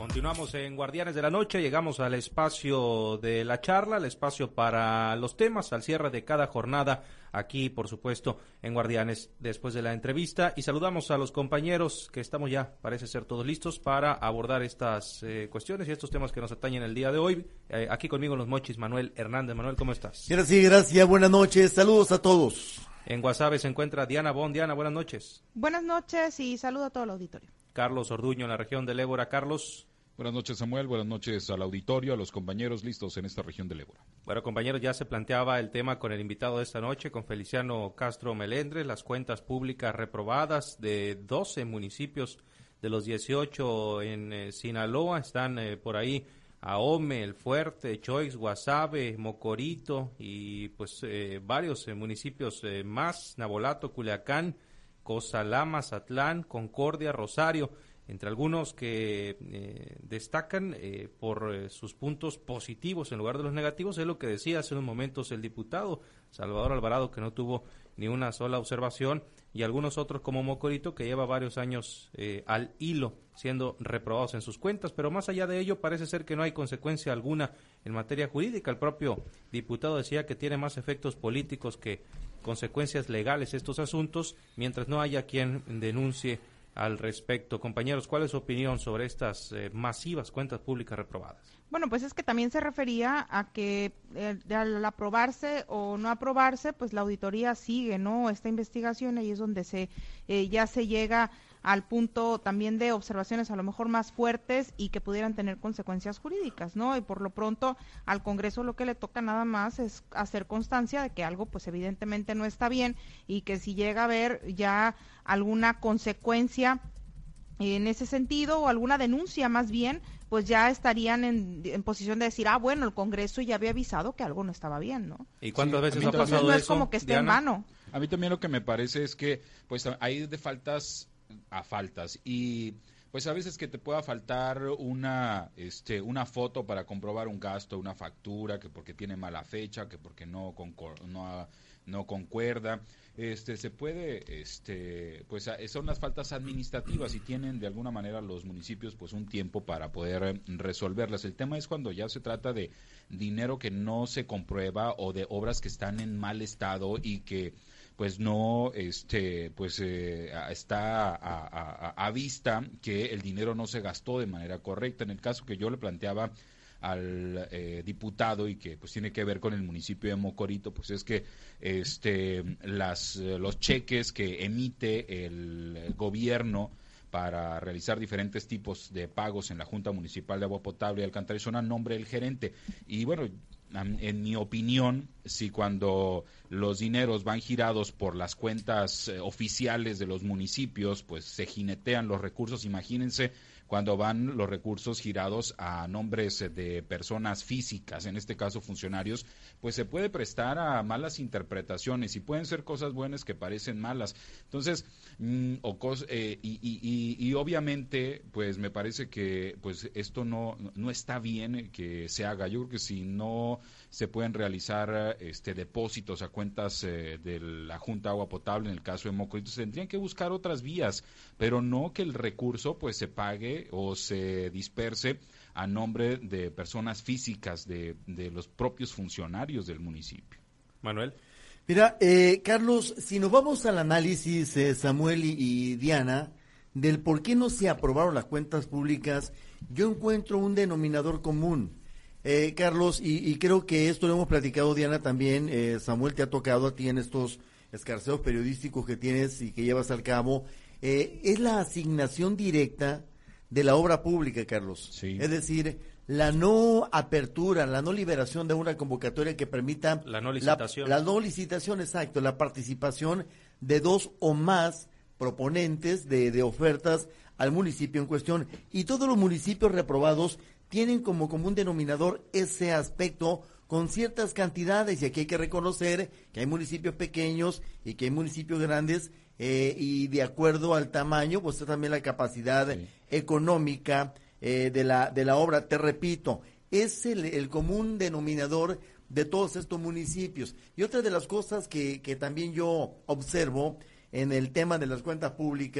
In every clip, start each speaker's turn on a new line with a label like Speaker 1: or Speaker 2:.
Speaker 1: Continuamos en Guardianes de la Noche, llegamos al espacio de la charla, el espacio para los temas, al cierre de cada jornada, aquí por supuesto en Guardianes, después de la entrevista, y saludamos a los compañeros que estamos ya, parece ser todos listos para abordar estas cuestiones y estos temas que nos atañen el día de hoy. Aquí conmigo en Los Mochis, Manuel Hernández. Manuel, ¿cómo estás?
Speaker 2: Gracias, buenas noches, saludos a todos.
Speaker 1: En Guasave se encuentra Diana Bon. Diana, buenas noches.
Speaker 3: Buenas noches y saludo a todo el auditorio.
Speaker 1: Carlos Orduño en la región del Ébora. Carlos.
Speaker 4: Buenas noches, Samuel. Buenas noches al auditorio, a los compañeros listos en esta región del Ébora.
Speaker 1: Bueno, compañeros, ya se planteaba el tema con el invitado de esta noche, con Feliciano Castro Melendres, las cuentas públicas reprobadas de 12 municipios de los 18 en Sinaloa. Están por ahí Ahome, El Fuerte, Choix, Guasave, Mocorito y pues varios municipios más, Nabolato, Culiacán, Cozalá, Mazatlán, Concordia, Rosario, entre algunos que destacan por sus puntos positivos en lugar de los negativos. Es lo que decía hace unos momentos el diputado Salvador Alvarado, que no tuvo ni una sola observación, y algunos otros como Mocorito, que lleva varios años al hilo siendo reprobados en sus cuentas, pero más allá de ello parece ser que no hay consecuencia alguna en materia jurídica. El propio diputado decía que tiene más efectos políticos que consecuencias legales estos asuntos, mientras no haya quien denuncie al respecto. Compañeros, ¿cuál es su opinión sobre estas masivas cuentas públicas reprobadas?
Speaker 3: Bueno, pues es que también se refería a que al aprobarse o no aprobarse, pues la auditoría sigue, ¿no? Esta investigación, ahí es donde ya se llega al punto también de observaciones a lo mejor más fuertes y que pudieran tener consecuencias jurídicas, ¿no? Y por lo pronto al Congreso lo que le toca nada más es hacer constancia de que algo pues evidentemente no está bien y que si llega a haber ya alguna consecuencia en ese sentido o alguna denuncia más bien, pues ya estarían en posición de decir, bueno, el Congreso ya había avisado que algo no estaba bien, ¿no?
Speaker 1: ¿Y cuántas veces ha
Speaker 3: Entonces
Speaker 1: pasado
Speaker 3: no
Speaker 1: eso,
Speaker 3: es como que esté
Speaker 1: Diana?
Speaker 3: en mano.
Speaker 4: A mí también lo que me parece es que pues hay de faltas a faltas y pues a veces que te pueda faltar una foto para comprobar un gasto, una factura, que porque tiene mala fecha, que porque no concuerda, se puede, pues son las faltas administrativas y tienen de alguna manera los municipios pues un tiempo para poder resolverlas. El tema es cuando ya se trata de dinero que no se comprueba o de obras que están en mal estado y que pues no está a vista que el dinero no se gastó de manera correcta. En el caso que yo le planteaba al diputado y que pues tiene que ver con el municipio de Mocorito, pues es que los cheques que emite el gobierno para realizar diferentes tipos de pagos en la Junta Municipal de Agua Potable y Alcantarillado son a nombre del gerente. Y bueno, en mi opinión, si cuando los dineros van girados por las cuentas oficiales de los municipios, pues se jinetean los recursos, imagínense cuando van los recursos girados a nombres de personas físicas, en este caso funcionarios, pues se puede prestar a malas interpretaciones y pueden ser cosas buenas que parecen malas. Entonces, y obviamente, pues me parece que pues esto no está bien que se haga. Yo creo que si no se pueden realizar depósitos a cuentas de la Junta de Agua Potable, en el caso de Mocorito, se tendrían que buscar otras vías, pero no que el recurso pues se pague o se disperse a nombre de personas físicas, de los propios funcionarios del municipio.
Speaker 1: Manuel.
Speaker 2: Mira, Carlos, si nos vamos al análisis, Samuel y Diana, del por qué no se aprobaron las cuentas públicas, yo encuentro un denominador común. Carlos, y creo que esto lo hemos platicado, Diana, también, Samuel, te ha tocado a ti en estos escarceos periodísticos que tienes y que llevas al cabo, es la asignación directa de la obra pública, Carlos.
Speaker 4: Sí.
Speaker 2: Es decir, la no apertura, la no liberación de una convocatoria que permita
Speaker 1: la no licitación.
Speaker 2: La no licitación, exacto, la participación de dos o más proponentes de ofertas al municipio en cuestión. Y todos los municipios reprobados tienen como común denominador ese aspecto con ciertas cantidades, y aquí hay que reconocer que hay municipios pequeños y que hay municipios grandes, y de acuerdo al tamaño, pues también la capacidad económica de la obra. Te repito, es el común denominador de todos estos municipios. Y otra de las cosas que también yo observo en el tema de las cuentas públicas,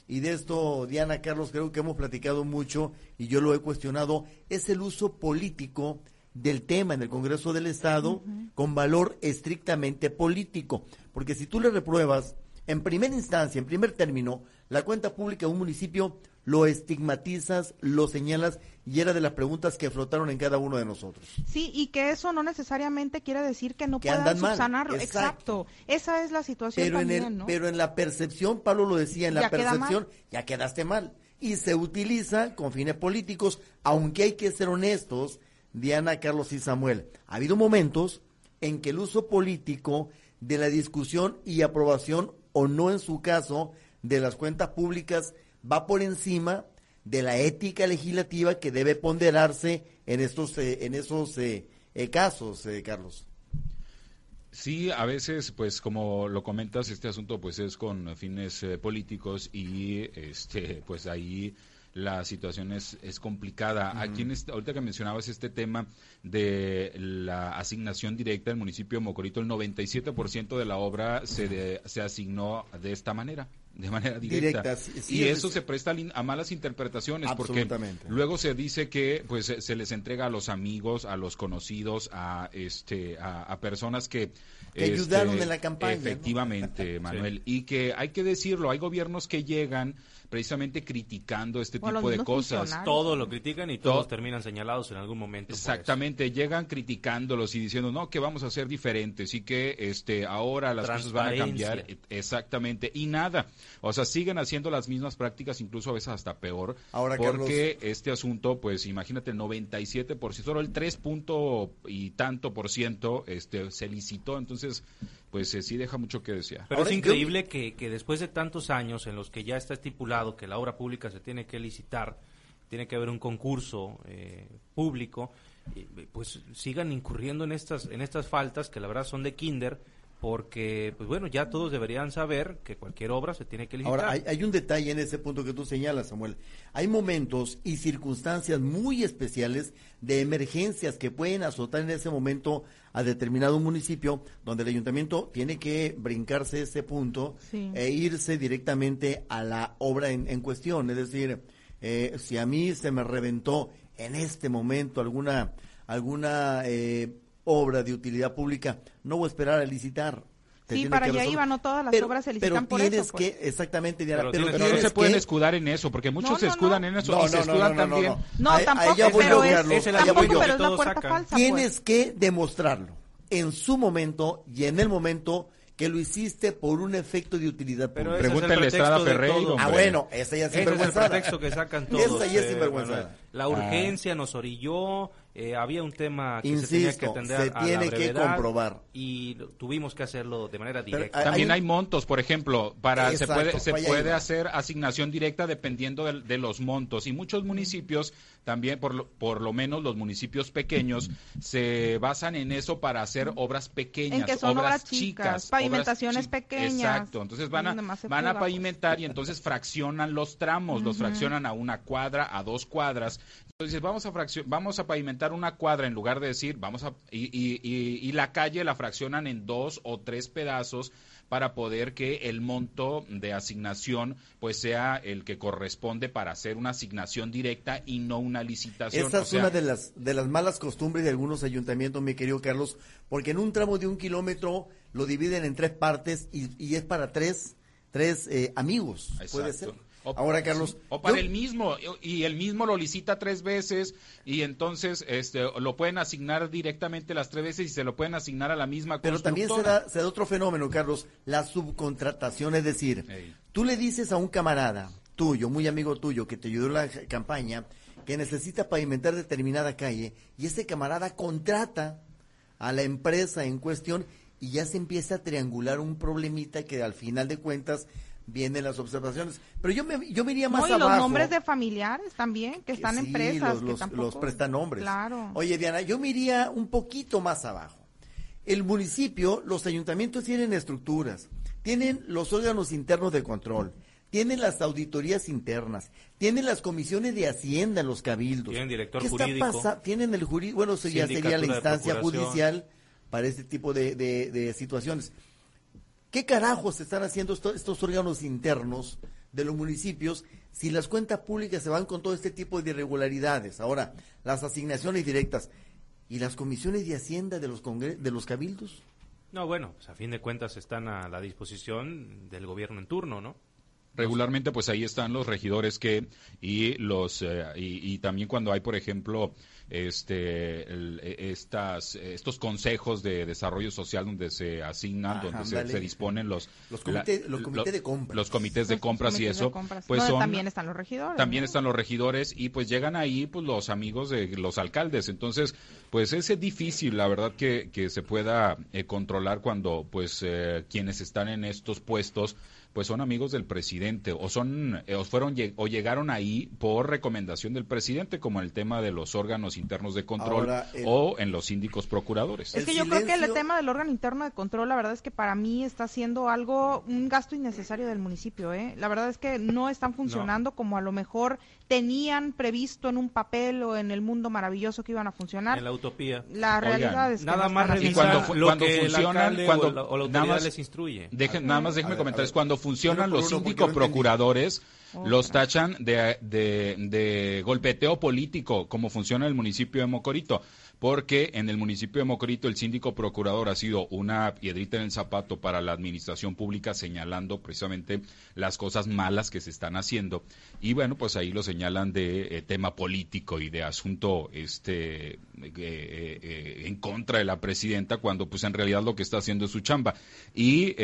Speaker 2: y de esto, Diana, Carlos, creo que hemos platicado mucho y yo lo he cuestionado, es el uso político del tema en el Congreso del Estado con valor estrictamente político, porque si tú le repruebas en primera instancia, en primer término, la cuenta pública de un municipio, lo estigmatizas, lo señalas, y era de las preguntas que flotaron en cada uno de nosotros.
Speaker 3: Sí, y que eso no necesariamente quiere decir que no
Speaker 2: Que
Speaker 3: puedan
Speaker 2: andan mal,
Speaker 3: subsanarlo.
Speaker 2: exacto.
Speaker 3: Esa es la situación también, ¿no?
Speaker 2: Pero en la percepción, Pablo lo decía, en la
Speaker 3: Ya queda
Speaker 2: percepción,
Speaker 3: mal.
Speaker 2: ya quedaste mal. Y se utiliza con fines políticos, aunque hay que ser honestos, Diana, Carlos y Samuel. Ha habido momentos en que el uso político de la discusión y aprobación, o no en su caso, de las cuentas públicas, va por encima de la ética legislativa que debe ponderarse en esos casos, Carlos.
Speaker 4: Sí, a veces, pues como lo comentas, este asunto pues es con fines políticos y pues ahí la situación es complicada. Aquí ahorita que mencionabas este tema de la asignación directa del municipio de Mocorito, el 97% de la obra se asignó de esta manera. De manera directa. Sí, y eso se presta a malas interpretaciones, porque luego se dice que pues se les entrega a los amigos, a los conocidos, a personas que
Speaker 2: ayudaron en la campaña.
Speaker 4: Efectivamente, ¿no? Manuel, sí. Y que hay que decirlo, hay gobiernos que llegan precisamente criticando este tipo de cosas.
Speaker 1: Todo lo critican y todos terminan señalados en algún momento.
Speaker 4: Exactamente, llegan criticándolos y diciendo, no, que vamos a ser diferentes y que ahora las cosas van a cambiar. Exactamente, y nada. O sea, siguen haciendo las mismas prácticas, incluso a veces hasta peor.
Speaker 2: Ahora,
Speaker 4: porque
Speaker 2: Carlos,
Speaker 4: este asunto, pues imagínate, el 97%, solo el 3 y tanto por ciento se licitó, entonces pues sí deja mucho que desear.
Speaker 1: Pero ahora, es increíble que después de tantos años en los que ya está estipulado que la obra pública se tiene que licitar, tiene que haber un concurso público, pues sigan incurriendo en estas faltas que la verdad son de kinder, porque pues bueno, ya todos deberían saber que cualquier obra se tiene que licitar.
Speaker 2: Ahora, hay un detalle en ese punto que tú señalas, Samuel. Hay momentos y circunstancias muy especiales de emergencias que pueden azotar en ese momento a determinado municipio, donde el ayuntamiento tiene que brincarse ese punto e irse directamente a la obra en cuestión. Es decir, si a mí se me reventó en este momento alguna obra de utilidad pública, no voy a esperar a licitar.
Speaker 3: Sí, para allá iba, no todas las obras se licitan por eso.
Speaker 2: Pero tienes que, exactamente, Diana,
Speaker 4: pero no se pueden escudar en eso, porque muchos se escudan en eso y se escudan también.
Speaker 3: No, tampoco, pero es la puerta falsa.
Speaker 2: Tienes que demostrarlo en su momento y en el momento que lo hiciste por un efecto de utilidad pública.
Speaker 4: Pregúntale a Estrada Ferreiro.
Speaker 2: Bueno, esa ya es sinvergüenzada.
Speaker 1: Ese es el pretexto que sacan todos.
Speaker 2: Esa ya es sinvergüenzada.
Speaker 1: La urgencia nos orilló, había un tema que
Speaker 2: insisto,
Speaker 1: se tenía que atender a la brevedad. Se tiene que comprobar. Y tuvimos que hacerlo de manera directa.
Speaker 4: También hay montos, por ejemplo, se puede hacer asignación directa dependiendo de los montos. Y muchos municipios, también por lo menos los municipios pequeños, se basan en eso para hacer obras pequeñas,
Speaker 3: en que son obras chicas, pavimentaciones pequeñas.
Speaker 4: Exacto, entonces van a pavimentar y entonces fraccionan los tramos, los fraccionan a 1 cuadra, a 2 cuadras. Entonces vamos a pavimentar 1 cuadra en lugar de decir y la calle la fraccionan en 2 o 3 pedazos para poder que el monto de asignación pues sea el que corresponde para hacer una asignación directa y no una licitación.
Speaker 2: Esa es una de las malas costumbres de algunos ayuntamientos, mi querido Carlos, porque en un tramo de 1 kilómetro lo dividen en 3 partes y es para tres amigos.
Speaker 4: Exacto.
Speaker 2: Puede ser. Ahora, Carlos,
Speaker 4: o para el mismo, y el mismo lo licita 3 veces y entonces lo pueden asignar directamente las 3 veces y se lo pueden asignar a la misma constructora.
Speaker 2: Pero también se da otro fenómeno, Carlos, la subcontratación, es decir, tú le dices a un camarada tuyo, muy amigo tuyo, que te ayudó en la campaña, que necesita pavimentar determinada calle, y ese camarada contrata a la empresa en cuestión y ya se empieza a triangular un problemita que al final de cuentas vienen las observaciones, pero yo me iría más abajo.
Speaker 3: Y los nombres de familiares también, que están en empresas.
Speaker 2: Los prestanombres.
Speaker 3: Claro.
Speaker 2: Oye, Diana, yo me iría un poquito más abajo. El municipio, los ayuntamientos tienen estructuras, tienen los órganos internos de control, tienen las auditorías internas, tienen las comisiones de Hacienda en los cabildos.
Speaker 1: Tienen director jurídico.
Speaker 2: Tienen el jurídico, bueno, eso ya sería la instancia judicial para este tipo de situaciones. ¿Qué carajos están haciendo estos órganos internos de los municipios si las cuentas públicas se van con todo este tipo de irregularidades. Ahora, las asignaciones directas y las comisiones de Hacienda de los cabildos.
Speaker 1: No, bueno, pues a fin de cuentas están a la disposición del gobierno en turno, ¿no?
Speaker 4: Regularmente, pues ahí están los regidores y también cuando hay, por ejemplo, estos consejos de desarrollo social donde se asignan, donde se disponen los comités de compras, los comités de compras y eso, pues
Speaker 3: también están los regidores.
Speaker 4: También están los regidores y pues llegan ahí pues los amigos de los alcaldes. Entonces, pues es difícil, la verdad, que se pueda controlar cuando pues quienes están en estos puestos pues son amigos del presidente o llegaron ahí por recomendación del presidente, como en el tema de los órganos internos de control o en los síndicos procuradores.
Speaker 3: Es que yo creo que el tema del órgano interno de control, la verdad es que para mí está siendo un gasto innecesario del municipio, ¿eh? La verdad es que no están funcionando como a lo mejor tenían previsto en un papel o en el mundo maravilloso que iban a funcionar.
Speaker 1: En la utopía.
Speaker 3: La realidad es que
Speaker 1: nada más
Speaker 4: revisar cuando funcionan,
Speaker 1: o la autoridad les instruye.
Speaker 4: Nada más déjeme comentar, es cuando funcionan los síndicos procuradores, los tachan de golpeteo político, como funciona el municipio de Mocorito, porque en el municipio de Mocorito el síndico procurador ha sido una piedrita en el zapato para la administración pública, señalando precisamente las cosas malas que se están haciendo, y bueno, pues ahí lo señalan de tema político y de asunto en contra de la presidenta, cuando pues en realidad lo que está haciendo es su chamba, y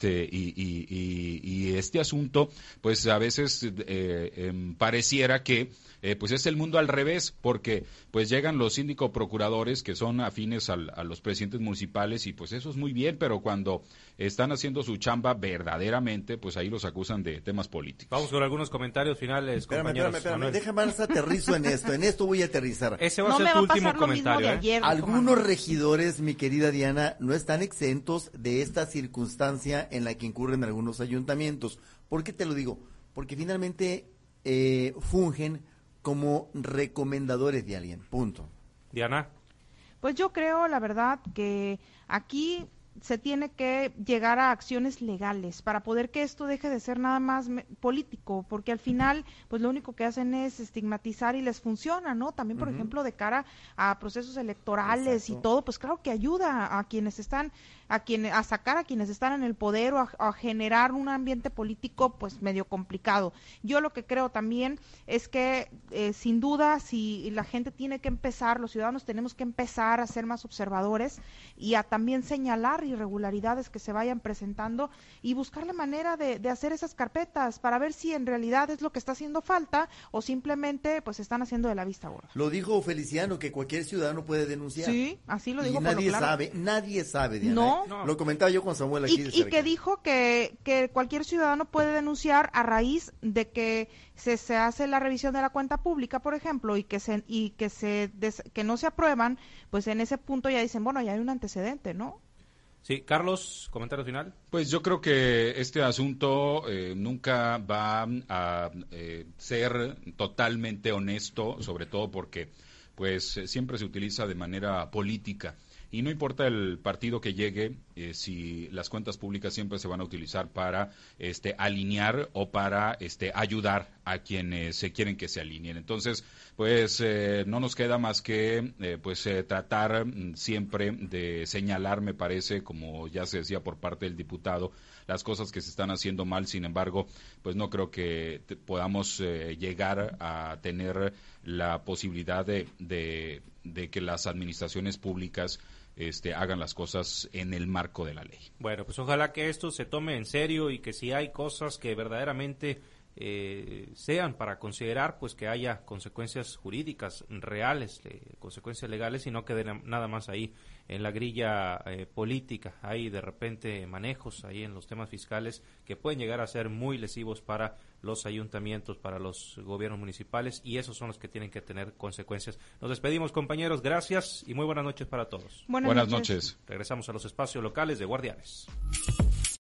Speaker 4: este asunto pues a veces pareciera que pues es el mundo al revés, porque pues llegan los síndicos procuradores que son afines a los presidentes municipales y pues eso es muy bien, pero cuando están haciendo su chamba verdaderamente, pues ahí los acusan de temas políticos.
Speaker 1: Vamos con algunos comentarios finales, compañeros.
Speaker 2: Espérame, déjame aterrizo en esto voy a aterrizar.
Speaker 1: Ese va a ser tu último comentario.
Speaker 2: Algunos regidores, mi querida Diana, no están exentos de esta circunstancia en la que incurren algunos ayuntamientos. ¿Por qué te lo digo? Porque finalmente fungen como recomendadores de alguien, punto.
Speaker 1: Diana.
Speaker 3: Pues yo creo, la verdad, que aquí se tiene que llegar a acciones legales para poder que esto deje de ser nada más político, porque al final, pues lo único que hacen es estigmatizar y les funciona, ¿no? También, por ejemplo, de cara a procesos electorales. Exacto. Y todo, pues claro que ayuda a quienes están, a sacar a quienes están en el poder o a generar un ambiente político, pues medio complicado. Yo lo que creo también es que, sin duda, si la gente tiene que empezar, los ciudadanos tenemos que empezar a ser más observadores y a también señalar irregularidades que se vayan presentando y buscar la manera de hacer esas carpetas para ver si en realidad es lo que está haciendo falta o simplemente pues están haciendo de la vista gorda.
Speaker 2: Lo dijo Feliciano, que cualquier ciudadano puede denunciar.
Speaker 3: Sí, así lo dijo.
Speaker 2: Y nadie sabe, Diana.
Speaker 3: No.
Speaker 2: Lo comentaba yo con Samuel aquí.
Speaker 3: Y que dijo que cualquier ciudadano puede denunciar a raíz de que se hace la revisión de la cuenta pública, por ejemplo, y que no se aprueban, pues en ese punto ya dicen, bueno, ya hay un antecedente, ¿no?
Speaker 1: Sí, Carlos, comentario final.
Speaker 4: Pues yo creo que este asunto nunca va a ser totalmente honesto, sobre todo porque pues siempre se utiliza de manera política. Y no importa el partido que llegue, si las cuentas públicas siempre se van a utilizar para alinear o para ayudar a quienes se quieren que se alineen. Entonces, pues no nos queda más que tratar siempre de señalar, me parece, como ya se decía por parte del diputado, las cosas que se están haciendo mal. Sin embargo, pues no creo que podamos llegar a tener la posibilidad de que las administraciones públicas hagan las cosas en el marco de la ley.
Speaker 1: Bueno, pues ojalá que esto se tome en serio y que si hay cosas que verdaderamente sean para considerar, pues que haya consecuencias jurídicas reales, consecuencias legales, y no quede nada más ahí en la grilla política. Hay de repente manejos ahí en los temas fiscales que pueden llegar a ser muy lesivos para los ayuntamientos, para los gobiernos municipales, y esos son los que tienen que tener consecuencias. Nos despedimos, compañeros, gracias y muy buenas noches para todos.
Speaker 3: Buenas noches.
Speaker 1: Regresamos a los espacios locales de Guardianes.